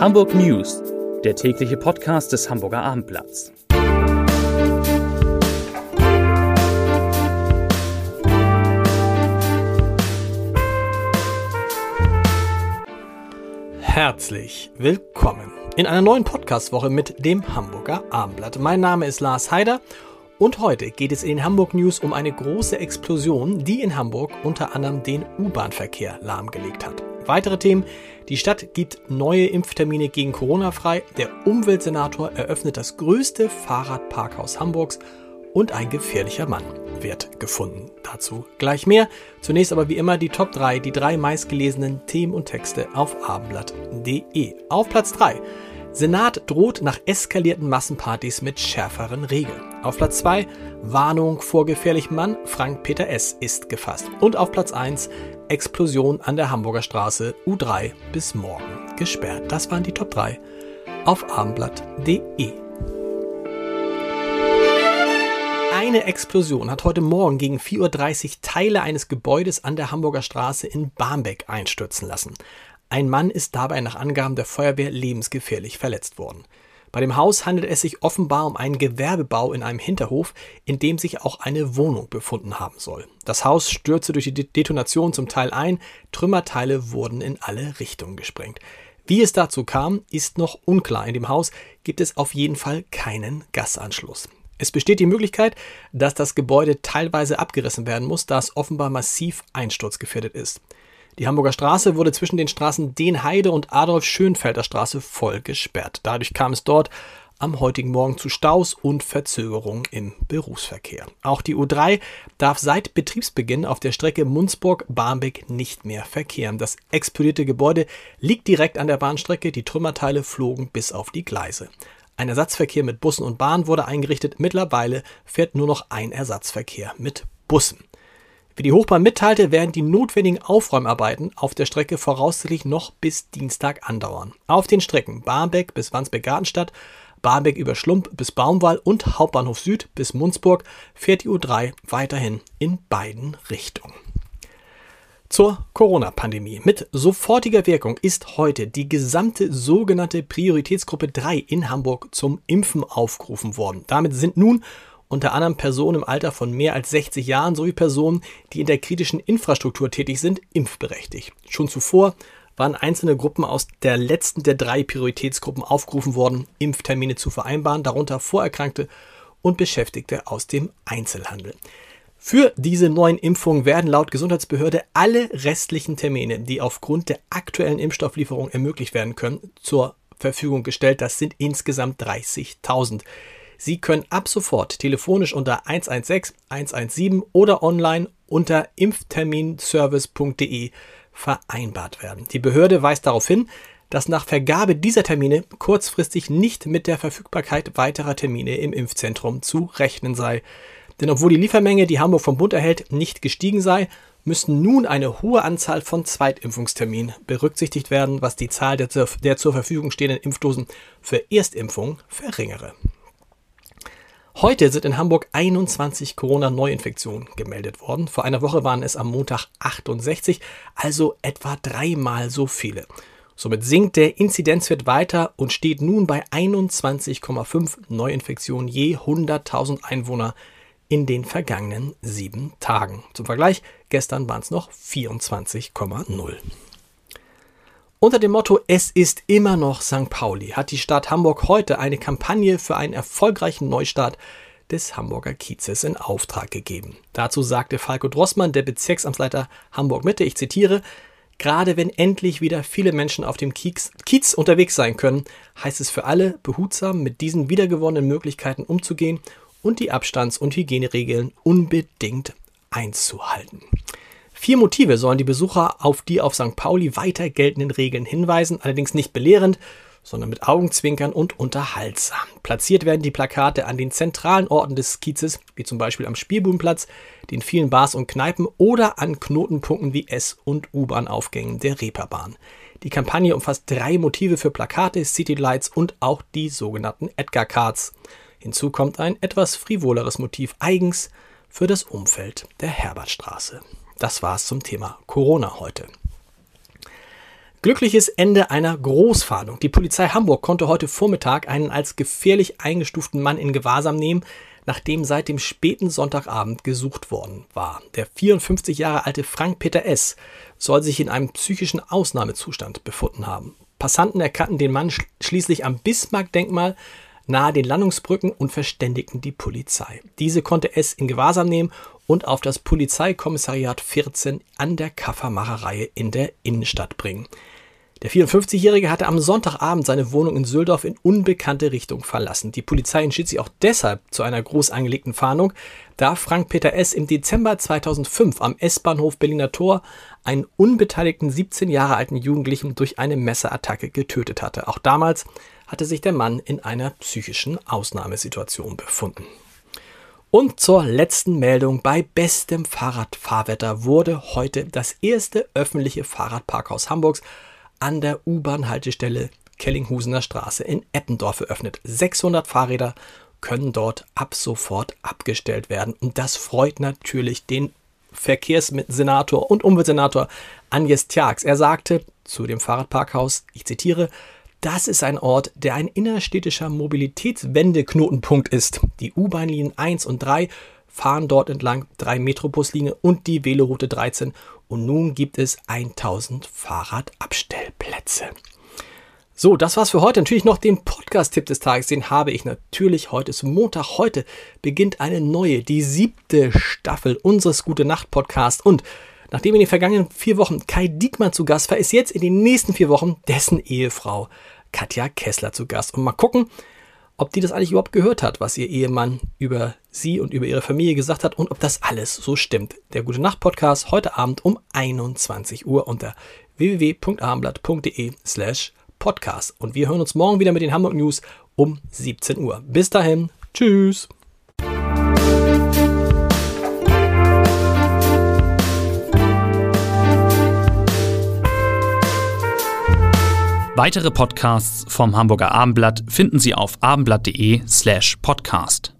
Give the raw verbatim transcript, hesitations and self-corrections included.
Hamburg News, der tägliche Podcast des Hamburger Abendblatts. Herzlich willkommen in einer neuen Podcast-Woche mit dem Hamburger Abendblatt. Mein Name ist Lars Heider und heute geht es in den Hamburg News um eine große Explosion, die in Hamburg unter anderem den U-Bahn-Verkehr lahmgelegt hat. Weitere Themen: Die Stadt gibt neue Impftermine gegen Corona frei, der Umweltsenator eröffnet das größte Fahrradparkhaus Hamburgs und ein gefährlicher Mann wird gefunden. Dazu gleich mehr. Zunächst aber wie immer die Top drei, die drei meistgelesenen Themen und Texte auf abendblatt punkt de. Auf Platz drei. Senat droht nach eskalierten Massenpartys mit schärferen Regeln. Auf Platz zwei. Warnung vor gefährlichem Mann. Frank-Peter S. ist gefasst. Und auf Platz eins. Explosion an der Hamburger Straße. U drei bis morgen gesperrt. Das waren die Top drei auf abendblatt punkt de. Eine Explosion hat heute Morgen gegen vier Uhr dreißig Teile eines Gebäudes an der Hamburger Straße in Barmbek einstürzen lassen. Ein Mann ist dabei nach Angaben der Feuerwehr lebensgefährlich verletzt worden. Bei dem Haus handelt es sich offenbar um einen Gewerbebau in einem Hinterhof, in dem sich auch eine Wohnung befunden haben soll. Das Haus stürzte durch die Detonation zum Teil ein, Trümmerteile wurden in alle Richtungen gesprengt. Wie es dazu kam, ist noch unklar. In dem Haus gibt es auf jeden Fall keinen Gasanschluss. Es besteht die Möglichkeit, dass das Gebäude teilweise abgerissen werden muss, da es offenbar massiv einsturzgefährdet ist. Die Hamburger Straße wurde zwischen den Straßen Deenheide und Adolf-Schönfelder Straße voll gesperrt. Dadurch kam es dort am heutigen Morgen zu Staus und Verzögerungen im Berufsverkehr. Auch die U drei darf seit Betriebsbeginn auf der Strecke Munzburg-Barmbek nicht mehr verkehren. Das explodierte Gebäude liegt direkt an der Bahnstrecke, die Trümmerteile flogen bis auf die Gleise. Ein Ersatzverkehr mit Bussen und Bahn wurde eingerichtet. Mittlerweile fährt nur noch ein Ersatzverkehr mit Bussen. Wie die Hochbahn mitteilte, werden die notwendigen Aufräumarbeiten auf der Strecke voraussichtlich noch bis Dienstag andauern. Auf den Strecken Barmbek bis Wandsbek-Gartenstadt, Barmbek über Schlump bis Baumwall und Hauptbahnhof Süd bis Munzburg fährt die U drei weiterhin in beiden Richtungen. Zur Corona-Pandemie. Mit sofortiger Wirkung ist heute die gesamte sogenannte Prioritätsgruppe drei in Hamburg zum Impfen aufgerufen worden. Damit sind nun unter anderem Personen im Alter von mehr als sechzig Jahren sowie Personen, die in der kritischen Infrastruktur tätig sind, impfberechtigt. Schon zuvor waren einzelne Gruppen aus der letzten der drei Prioritätsgruppen aufgerufen worden, Impftermine zu vereinbaren, darunter Vorerkrankte und Beschäftigte aus dem Einzelhandel. Für diese neuen Impfungen werden laut Gesundheitsbehörde alle restlichen Termine, die aufgrund der aktuellen Impfstofflieferung ermöglicht werden können, zur Verfügung gestellt. Das sind insgesamt dreißigtausend. Sie können ab sofort telefonisch unter eins eins sechs eins eins sieben oder online unter impfterminservice punkt de vereinbart werden. Die Behörde weist darauf hin, dass nach Vergabe dieser Termine kurzfristig nicht mit der Verfügbarkeit weiterer Termine im Impfzentrum zu rechnen sei. Denn obwohl die Liefermenge, die Hamburg vom Bund erhält, nicht gestiegen sei, müssten nun eine hohe Anzahl von Zweitimpfungsterminen berücksichtigt werden, was die Zahl der, der zur Verfügung stehenden Impfdosen für Erstimpfung verringere. Heute sind in Hamburg einundzwanzig Corona-Neuinfektionen gemeldet worden. Vor einer Woche waren es am Montag achtundsechzig, also etwa dreimal so viele. Somit sinkt der Inzidenzwert weiter und steht nun bei einundzwanzig Komma fünf Neuinfektionen je hunderttausend Einwohner in den vergangenen sieben Tagen. Zum Vergleich, gestern waren es noch vierundzwanzig Komma null. Unter dem Motto "Es ist immer noch Sankt Pauli" hat die Stadt Hamburg heute eine Kampagne für einen erfolgreichen Neustart des Hamburger Kiezes in Auftrag gegeben. Dazu sagte Falko Drossmann, der Bezirksamtsleiter Hamburg-Mitte, ich zitiere: Gerade wenn endlich wieder viele Menschen auf dem Kiez, Kiez unterwegs sein können, heißt es für alle, behutsam mit diesen wiedergewonnenen Möglichkeiten umzugehen und die Abstands- und Hygieneregeln unbedingt einzuhalten. Vier Motive sollen die Besucher auf die auf Sankt Pauli weiter geltenden Regeln hinweisen, allerdings nicht belehrend, sondern mit Augenzwinkern und unterhaltsam. Platziert werden die Plakate an den zentralen Orten des Kiezes, wie zum Beispiel am Spielbudenplatz, den vielen Bars und Kneipen oder an Knotenpunkten wie S- und U-Bahn-Aufgängen der Reeperbahn. Die Kampagne umfasst drei Motive für Plakate, Citylights und auch die sogenannten Edgar Cards. Hinzu kommt ein etwas frivoleres Motiv eigens für das Umfeld der Herbertstraße. Das war's zum Thema Corona heute. Glückliches Ende einer Großfahndung. Die Polizei Hamburg konnte heute Vormittag einen als gefährlich eingestuften Mann in Gewahrsam nehmen, nachdem seit dem späten Sonntagabend gesucht worden war. Der vierundfünfzig Jahre alte Frank-Peter S. soll sich in einem psychischen Ausnahmezustand befunden haben. Passanten erkannten den Mann schließlich am Bismarck-Denkmal nahe den Landungsbrücken und verständigten die Polizei. Diese konnte S. in Gewahrsam nehmen und auf das Polizeikommissariat vierzehn an der Kaffermacherreihe in der Innenstadt bringen. Der vierundfünfzigjährige hatte am Sonntagabend seine Wohnung in Söldorf in unbekannte Richtung verlassen. Die Polizei entschied sich auch deshalb zu einer groß angelegten Fahndung, da Frank-Peter S. im Dezember zweitausendfünf am S-Bahnhof Berliner Tor einen unbeteiligten siebzehn Jahre alten Jugendlichen durch eine Messerattacke getötet hatte. Auch damals hatte sich der Mann in einer psychischen Ausnahmesituation befunden. Und zur letzten Meldung: Bei bestem Fahrradfahrwetter wurde heute das erste öffentliche Fahrradparkhaus Hamburgs an der U-Bahn-Haltestelle Kellinghusener Straße in Eppendorf eröffnet. sechshundert Fahrräder können dort ab sofort abgestellt werden. Und das freut natürlich den Verkehrssenator und Umweltsenator Agnes Tjax. Er sagte zu dem Fahrradparkhaus, ich zitiere: Das ist ein Ort, der ein innerstädtischer Mobilitätswendeknotenpunkt ist. Die U-Bahn-Linien eins und drei fahren dort entlang, drei Metrobuslinien und die Veloroute dreizehn. Und nun gibt es tausend Fahrradabstellplätze. So, das war's für heute. Natürlich noch den Podcast-Tipp des Tages. Den habe ich natürlich heute. Es ist Montag. Heute beginnt eine neue, die siebte Staffel unseres Gute-Nacht-Podcasts. Und nachdem in den vergangenen vier Wochen Kai Diekmann zu Gast war, ist jetzt in den nächsten vier Wochen dessen Ehefrau Katja Kessler zu Gast. Und mal gucken, ob die das eigentlich überhaupt gehört hat, was ihr Ehemann über sie und über ihre Familie gesagt hat und ob das alles so stimmt. Der Gute-Nacht-Podcast heute Abend um einundzwanzig Uhr unter w w w punkt abendblatt punkt de slash podcast. Und wir hören uns morgen wieder mit den Hamburg News um siebzehn Uhr. Bis dahin, tschüss! Weitere Podcasts vom Hamburger Abendblatt finden Sie auf abendblatt punkt de slash podcast.